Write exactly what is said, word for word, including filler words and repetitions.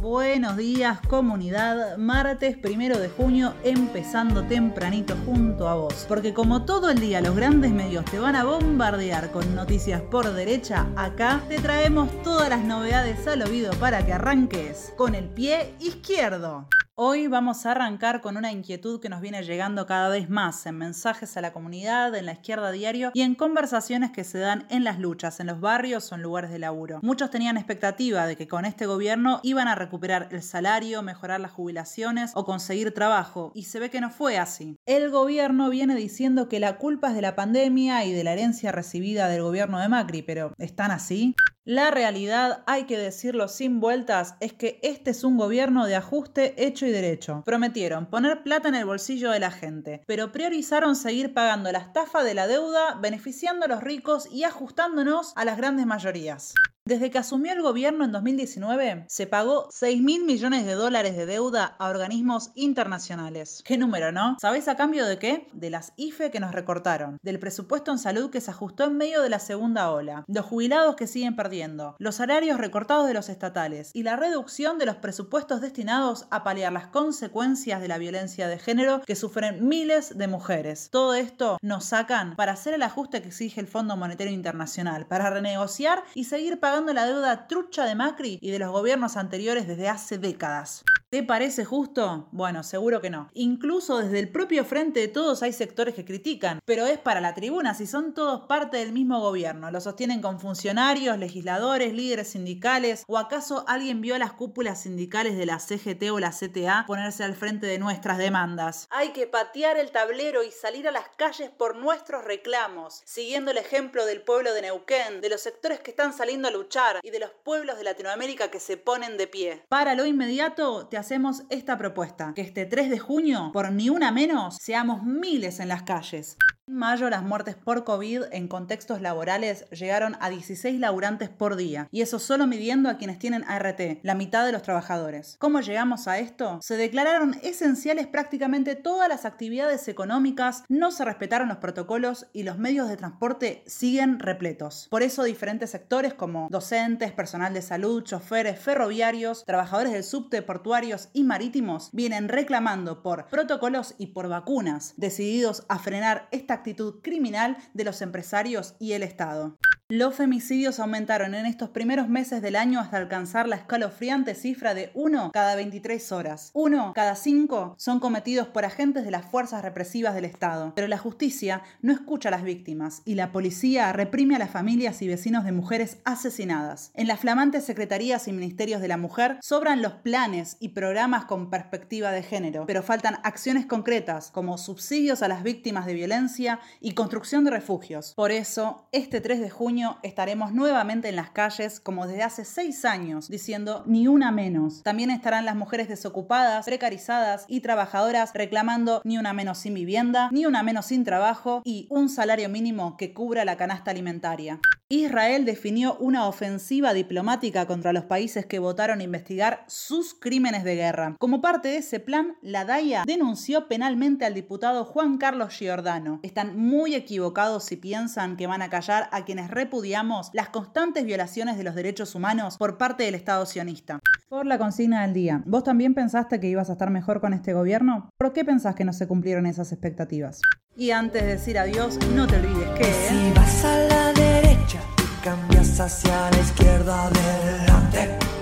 Buenos días, comunidad. Martes primero de junio, empezando tempranito junto a vos. Porque como todo el día los grandes medios te van a bombardear con noticias por derecha, acá te traemos todas las novedades al oído para que arranques con el pie izquierdo. Hoy vamos a arrancar con una inquietud que nos viene llegando cada vez más en mensajes a la comunidad, en la izquierda diario y en conversaciones que se dan en las luchas, en los barrios o en lugares de laburo. Muchos tenían expectativa de que con este gobierno iban a recuperar el salario, mejorar las jubilaciones o conseguir trabajo, y se ve que no fue así. El gobierno viene diciendo que la culpa es de la pandemia y de la herencia recibida del gobierno de Macri, pero ¿están así? La realidad, hay que decirlo sin vueltas, es que este es un gobierno de ajuste hecho y derecho. Prometieron poner plata en el bolsillo de la gente, pero priorizaron seguir pagando la estafa de la deuda, beneficiando a los ricos y ajustándonos a las grandes mayorías. Desde que asumió el gobierno en dos mil diecinueve, se pagó seis mil millones de dólares de deuda a organismos internacionales. ¿Qué número, no? ¿Sabéis a cambio de qué? De las I F E que nos recortaron, del presupuesto en salud que se ajustó en medio de la segunda ola, los jubilados que siguen perdiendo, los salarios recortados de los estatales y la reducción de los presupuestos destinados a paliar las consecuencias de la violencia de género que sufren miles de mujeres. Todo esto nos sacan para hacer el ajuste que exige el Fondo Monetario Internacional, para renegociar y seguir pagando pagando la deuda trucha de Macri y de los gobiernos anteriores desde hace décadas. ¿Te parece justo? Bueno, seguro que no. Incluso desde el propio Frente de Todos hay sectores que critican, pero es para la tribuna si son todos parte del mismo gobierno. Lo sostienen con funcionarios, legisladores, líderes sindicales, o acaso alguien vio a las cúpulas sindicales de la C G T o la C T A ponerse al frente de nuestras demandas. Hay que patear el tablero y salir a las calles por nuestros reclamos, siguiendo el ejemplo del pueblo de Neuquén, de los sectores que están saliendo a luchar y de los pueblos de Latinoamérica que se ponen de pie. Para lo inmediato, te hacemos esta propuesta, que este tres de junio, por ni una menos, seamos miles en las calles. En mayo, las muertes por COVID en contextos laborales llegaron a dieciséis laburantes por día, y eso solo midiendo a quienes tienen A R T, la mitad de los trabajadores. ¿Cómo llegamos a esto? Se declararon esenciales prácticamente todas las actividades económicas, no se respetaron los protocolos y los medios de transporte siguen repletos. Por eso diferentes sectores como docentes, personal de salud, choferes, ferroviarios, trabajadores del subte, portuarios y marítimos vienen reclamando por protocolos y por vacunas, decididos a frenar esta actitud criminal de los empresarios y el Estado. Los femicidios aumentaron en estos primeros meses del año hasta alcanzar la escalofriante cifra de uno cada veintitrés horas. Uno cada cinco son cometidos por agentes de las fuerzas represivas del Estado. Pero la justicia no escucha a las víctimas y la policía reprime a las familias y vecinos de mujeres asesinadas. En las flamantes secretarías y ministerios de la mujer sobran los planes y programas con perspectiva de género, pero faltan acciones concretas como subsidios a las víctimas de violencia y construcción de refugios. Por eso, este tres de junio estaremos nuevamente en las calles como desde hace seis años, diciendo ni una menos. También estarán las mujeres desocupadas, precarizadas y trabajadoras reclamando ni una menos sin vivienda, ni una menos sin trabajo y un salario mínimo que cubra la canasta alimentaria. Israel definió una ofensiva diplomática contra los países que votaron investigar sus crímenes de guerra. Como parte de ese plan, la D A I A denunció penalmente al diputado Juan Carlos Giordano. Están muy equivocados si piensan que van a callar a quienes repudiamos las constantes violaciones de los derechos humanos por parte del Estado sionista. Por la consigna del día, ¿vos también pensaste que ibas a estar mejor con este gobierno? ¿Por qué pensás que no se cumplieron esas expectativas? Y antes de decir adiós, no te olvides que... Si vas a la derecha, cambias hacia la izquierda de la